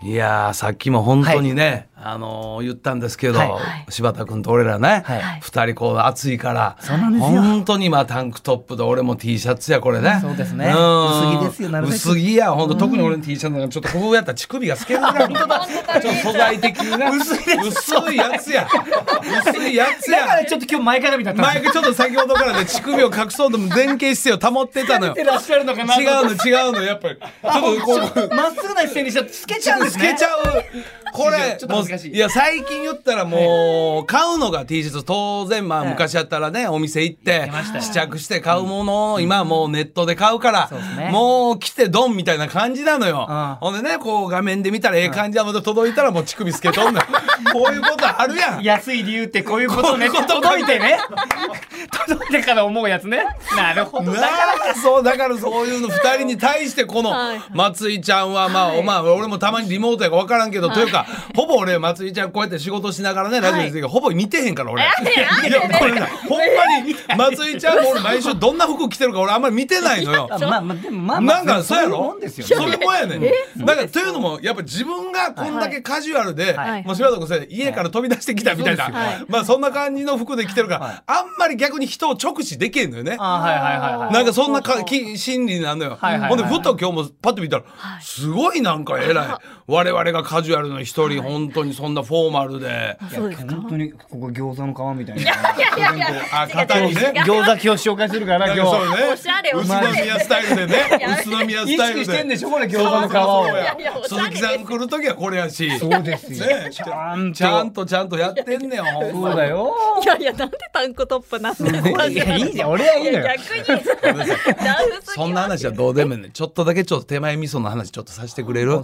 いやさっきも本当にね、言ったんですけど、柴田君と俺らね、2人こう暑いから本当にタンクトップで俺も T シャツやこれね。 そうですね。薄着ですよ。なるべく薄着や本当、特に俺の T シャツなんかちょっとこうやったら乳首が透けるぐらいのちょっと素材的にな薄いやつや薄いやつや。 だからちょっと今日前かがみだった。 前ちょっと先ほどからね乳首を隠そうとも前傾姿勢を保ってたのよ。 てらっしゃるのかな。 違うのやっぱりちょっとこうまっすぐな姿勢にしたら透けちゃうんですね。 透けちゃうこれもういや最近言ったらもう買うのが T シャツ当然昔やったらねお店行って試着して買うものを今はもうネットで買うからもう来てドンみたいな感じなのよ。ほんでねこう画面で見たらええ感じはまた届いたらもう乳首透けとんのよ。こういうことあるやん。 安い理由ってこういうことね。届いてね届いてから思うやつね。なるほど。だからそういうの2人に対してこの松井ちゃんは俺もたまにリモートやか分からんけどというかほぼ俺松井ちゃんこうやって仕事しながらねラジオですけどほぼ見てへんから俺。いやこれなほんまに松井ちゃんも俺毎週どんな服着てるか俺あんまり見てないのよ。なんかそうやろ。それもやねん。なんかというのもやっぱ自分がこんだけカジュアルでもう柴田君さ家から飛び出してきたみたいなそんな感じの服で着てるからあんまり逆に人を直視できへんのよね。なんかそんな心理なのよ。ほんでふと今日もパッと見たらすごいなんか偉い我々がカジュアルの一人本当にそんなフォーマルで本当にここ餃子の皮みたいな型にね餃子今日紹介するから今日おしゃれ宇都宮スタイルでね宇都宮スタイルで意識してんでしょこれ餃子の皮を。 鈴木さん来る時はこれやしそうですよ。 ちゃんとやってんねん。 そうだよ。 いやなんでタンクトップなんですか。 いやいいじゃん俺はいいのよ。 逆にそんな話はどうでもいいね。ちょっとだけ手前味噌の話ちょっとさせてくれる。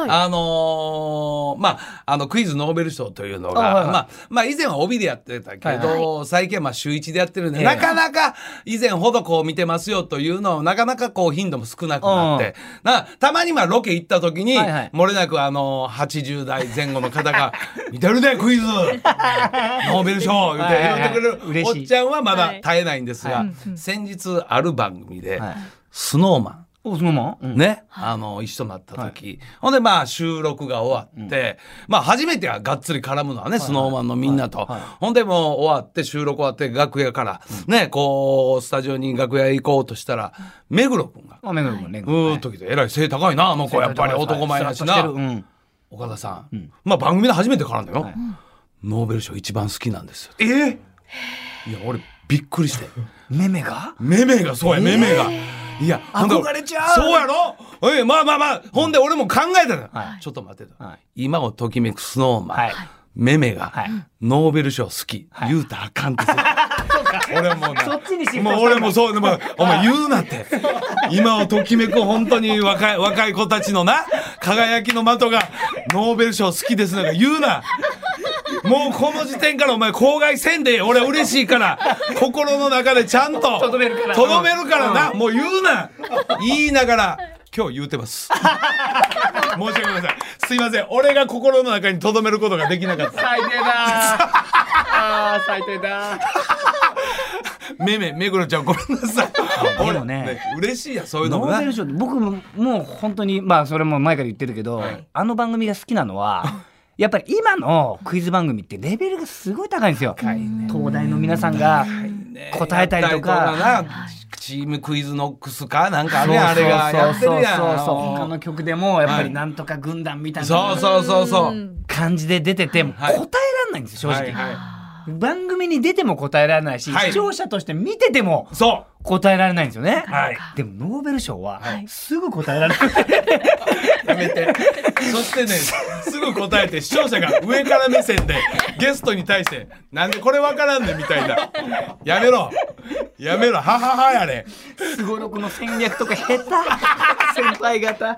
クイズノーベル賞というのが以前は帯でやってたけど最近は週1でやってるんでなかなか以前ほどこう見てますよというのをなかなかこう頻度も少なくなってたまにロケ行った時に漏れなく80代前後の方が見てるねクイズノーベル賞言ってくれるおっちゃんはまだ絶えないんですが先日ある番組でスノーマンね、一緒になった時、ほんで収録が終わって、初めてはがっつり絡むのはねスノーマンのみんなと、ほんでもう終わって収録終わって楽屋からねこうスタジオに楽屋行こうとしたら目黒君がうーっと来てえらい背高いな子やっぱり男前だしな岡田さん、番組で初めて絡んだよ、ノーベル賞一番好きなんですよ。いや俺びっくりしてめめがそうやめめがいや憧れちゃう。 そうやろ。ほんで俺も考えたの、ちょっと待ってと、今をときめくスノーマン、めめが、ノーベル賞好き、言うたらあかんって俺もそっちにもう俺もそうお前言うなって今をときめく本当に若い子たちのな輝きの的がノーベル賞好きですなんか言うな。もうこの時点からお前口外せんで俺は嬉しいから心の中でちゃんととどめるからな、もう言うな言いながら今日言うてます申し訳ございません。すいません俺が心の中にとどめることができなかった。 最低だ最低だめぐろちゃんごめんなさい。 でもね嬉しいやそういうのもノーベル賞って僕もう本当にそれも前から言ってるけど、あの番組が好きなのはやっぱり今のクイズ番組ってレベルがすごい高いんですよ。東大の皆さんが答えたりとかチームクイズノックスかなんかねあれがやってるやん。 他の曲でもやっぱりなんとか軍団みたいな感じで出てても答えられないんですよ正直。番組に出ても答えられないし、視聴者として見てても答えられないんですよね。でもノーベル賞はすぐ答えられる。 やめて。そしてねすぐ答えて視聴者が上から目線でゲストに対してなんでこれわからんねんみたいなやめろはははやれ。 すごろくの戦略とか下手先輩方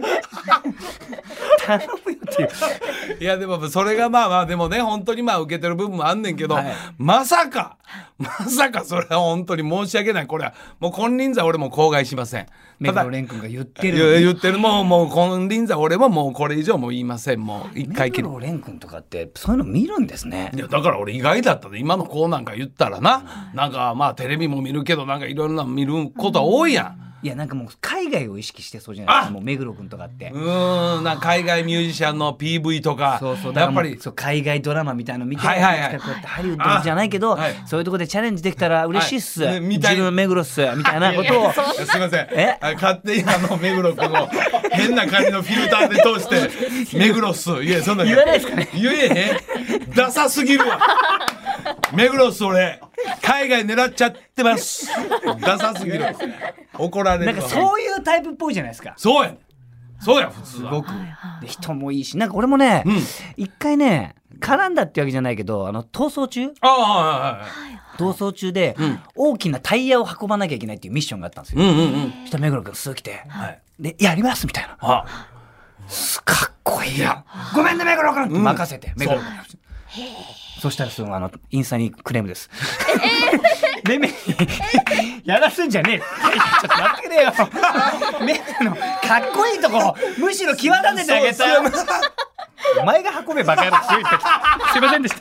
頼むよっていう。 いやでもそれがでもね本当に受けてる部分もあんねんけど、まさかそれは本当に申し訳ない。これはもう金輪際俺も口外しません。 目黒蓮君が言ってるもう金輪際俺ももうこれ以上も言いません。もう一回きり。 目黒蓮君とかってそういうの見るんですね。 いやだから俺意外だったで今の子なんか言ったらなんかテレビも見るけどなんかいろんな見ることは多いやん。 いやなんかもう海外を意識してそうじゃないですか。もう目黒くんとかってなんか海外ミュージシャンの PV とか、 そうやっぱりそう海外ドラマみたいなの見てるじゃないですか。こうやってハリウッドじゃないけど、そういうところでチャレンジできたら嬉しいっす、自分目黒っすみたいなことをすいません、勝手に目黒くんを変な感じのフィルターで通して目黒っす、いやそんな言わないですかね。 言えへん、ダサすぎるわ目黒っす、俺海外狙っちゃってます、ダサすぎる、怒られるわ。 なんかそういうタイプっぽいじゃないですか。 そうや普通はすごくで人もいいし、なんか俺もね一回ね絡んだってわけじゃないけど、逃走中、逃走中で大きなタイヤを運ばなきゃいけないっていうミッションがあったんですよ。そしたら目黒君すぐ来て、でやりますみたいな、かっこいいや、ごめんね目黒君って任せて、目黒君そしたらインスタにクレームです。めめやらすんじゃねえ。ちょっと待ってくれよ。めめのかっこいいとこむしろ際立ててあげたよ。お前が運べバカ野郎。すいませんでした。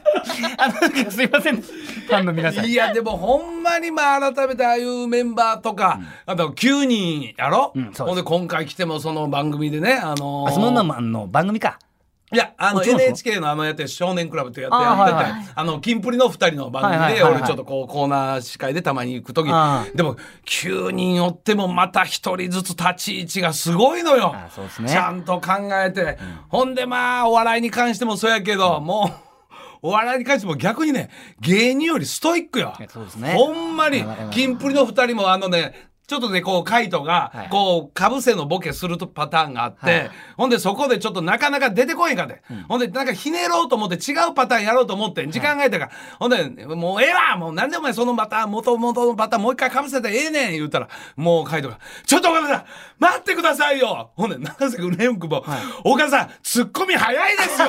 すいません、ファンの皆さん。 いやでもほんまに改めてああいうメンバーとか、あと9人やろ、ほんで今回来てもその番組でね、 その番組か。 いやNHK のやってる少年クラブってやってて、キンプリの2人の番組で俺ちょっとこうコーナー司会でたまに行く時、でも9人おってもまた1人ずつ立ち位置がすごいのよ。ちゃんと考えて、ほんでお笑いに関してもそうやけど、もうお笑いに関しても逆にね、芸人よりストイックよ。ほんまにキンプリの2人もちょっとね、こう、カイトが、こう、かぶせのボケするパターンがあって、ほんでそこでちょっとなかなか出てこへんかって。ほんで、なんかひねろうと思って違うパターンやろうと思って、時間が空いたから、ほんで、もうええわ、もうなんでお前そのパターン、元々のパターンもう一回かぶせてええねん言うたら、もうカイトが、ちょっと岡田さん、待ってくださいよ。ほんで、長瀬くん、レン君も、岡田さん、ツッコミ早いですよ。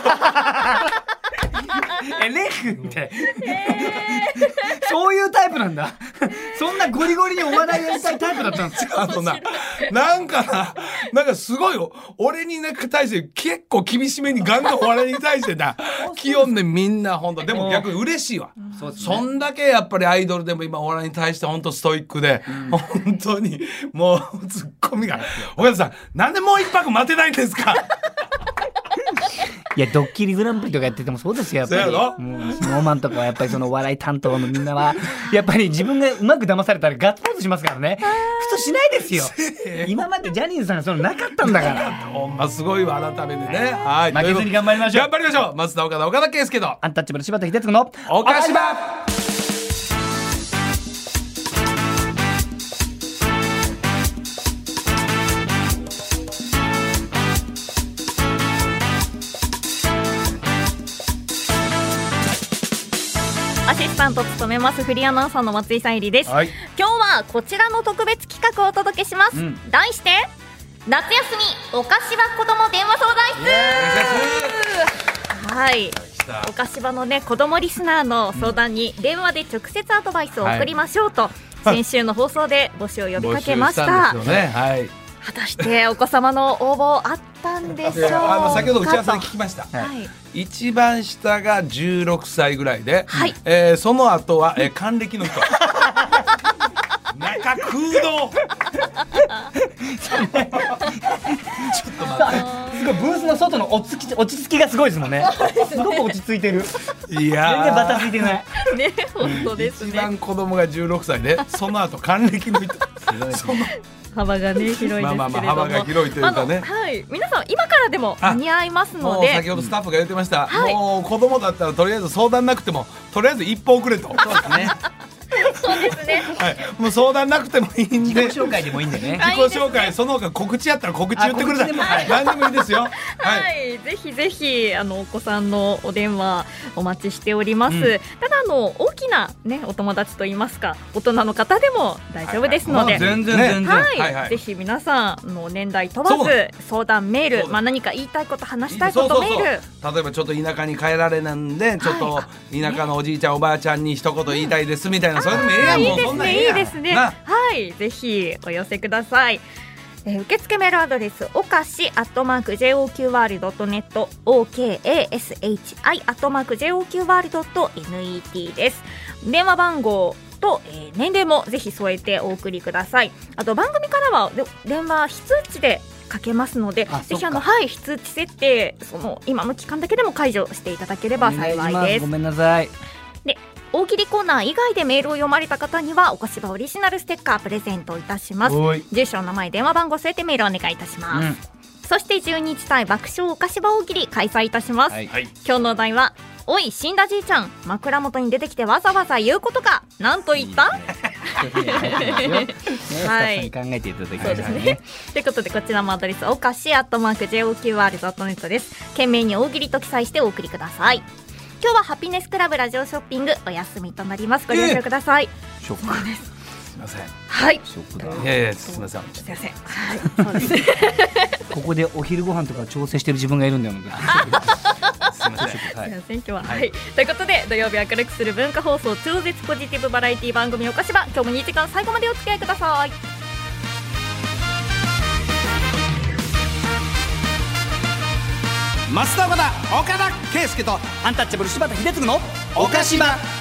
レン君って、そういうタイプなんだ。そんなゴリゴリにお笑いやりたいタイプだったんですよ。 なんかすごいよ。俺に対して結構厳しめにガンガンお笑いに対して気温でみんな本当でも逆に嬉しいわ。そんだけやっぱりアイドルでも今お笑いに対して本当ストイックで、本当にもうツッコミが。岡田さん、なんでもう一泊待てないんですか。 いやドッキリグランプリとかやっててもそうですよ、やっぱり。スノーマンとかはやっぱりそのお笑い担当のみんなはやっぱり自分がうまく騙されたらガッツポーズしますからね。普通しないですよ。今までジャニーズさんがそのなかったんだから。 ほんますごいわ、改めてね。 負けずに頑張りましょう。 頑張りましょう。松田岡田岡田圭佑とアンタッチャブル柴田秀嗣の岡島。 アシスタントを務めますフリーアナウンサーの松井さゆりです、今日はこちらの特別企画をお届けします、題して夏休みおかしば子ども電話相談室。おかしばのね子どもリスナーの相談に電話で直接アドバイスを送りましょうと、先週の放送で募集を呼びかけました。果たしてお子様の応募あったんでしょうか。 先ほど打ち合わせで聞きました、一番下が16歳ぐらいで、その後は、還暦の人。中空洞。 ちょっと待って、すごいブースの外の落ち着きがすごいですもんね。すごく落ち着いてる。 いや全然バタついてない。 ね、本当ですね。 一番子供が16歳で、その後還暦の人。 幅がね広いですけれども、 幅が広いというかね、 皆さん今からでも間に合いますので、 先ほどスタッフが言ってました、もう子供だったらとりあえず相談なくてもとりあえず一歩遅れと。 そうですね。 そうですね。 もう相談なくてもいいんで、 自己紹介でもいいんでね。 自己紹介、その他告知やったら告知言ってください。何でもいいですよ。 ぜひぜひお子さんのお電話お待ちしております。ただ大きなねお友達といいますか大人の方でも大丈夫ですので、 全然ぜひ皆さんの年代問わず相談メール、何か言いたいこと話したいことメール、 例えばちょっと田舎に帰られなんでちょっと田舎のおじいちゃんおばあちゃんに一言言いたいですみたいな、それでもええやん。もうそんなんええやん。 いいですね。ぜひお寄せください。受付メールアドレスおかし@joqr.net okashi@joqr.net です。電話番号と、年齢もぜひ添えてお送りください。あと番組からは電話非通知でかけますので、ぜひ非通知設定今の期間だけでも解除していただければ幸いです。 ごめんなさい。 で、大喜利コーナー以外でメールを読まれた方にはおかしばオリジナルステッカープレゼントいたします。住所、名前、電話番号添えてメールお願いいたします、そして12日対爆笑おかしば大喜利開催いたします、今日のお題は、おい死んだじいちゃん、枕元に出てきてわざわざ言うことか、なんと言った？はい、 考えていただきたいですね。 ということで、こちらもアドレスおかし@JOQR.net です。懸命に大喜利と記載してお送りください。今日はハピネスクラブラジオショッピングお休みとなります。ご了承ください。 ショックです。 すみません。 はい。 ショックだ。 いやいや、すみません。 すみません。はい。そうです。 ここでお昼ご飯とか調整してる自分がいるんだよ。すみません。 今日ははい。ということで、土曜日明るくする文化放送超絶ポジティブバラエティ番組おかしば、今日も2時間最後までお付き合いください。 増田岡田圭佑とアンタッチャブル柴田秀嗣のおかしば。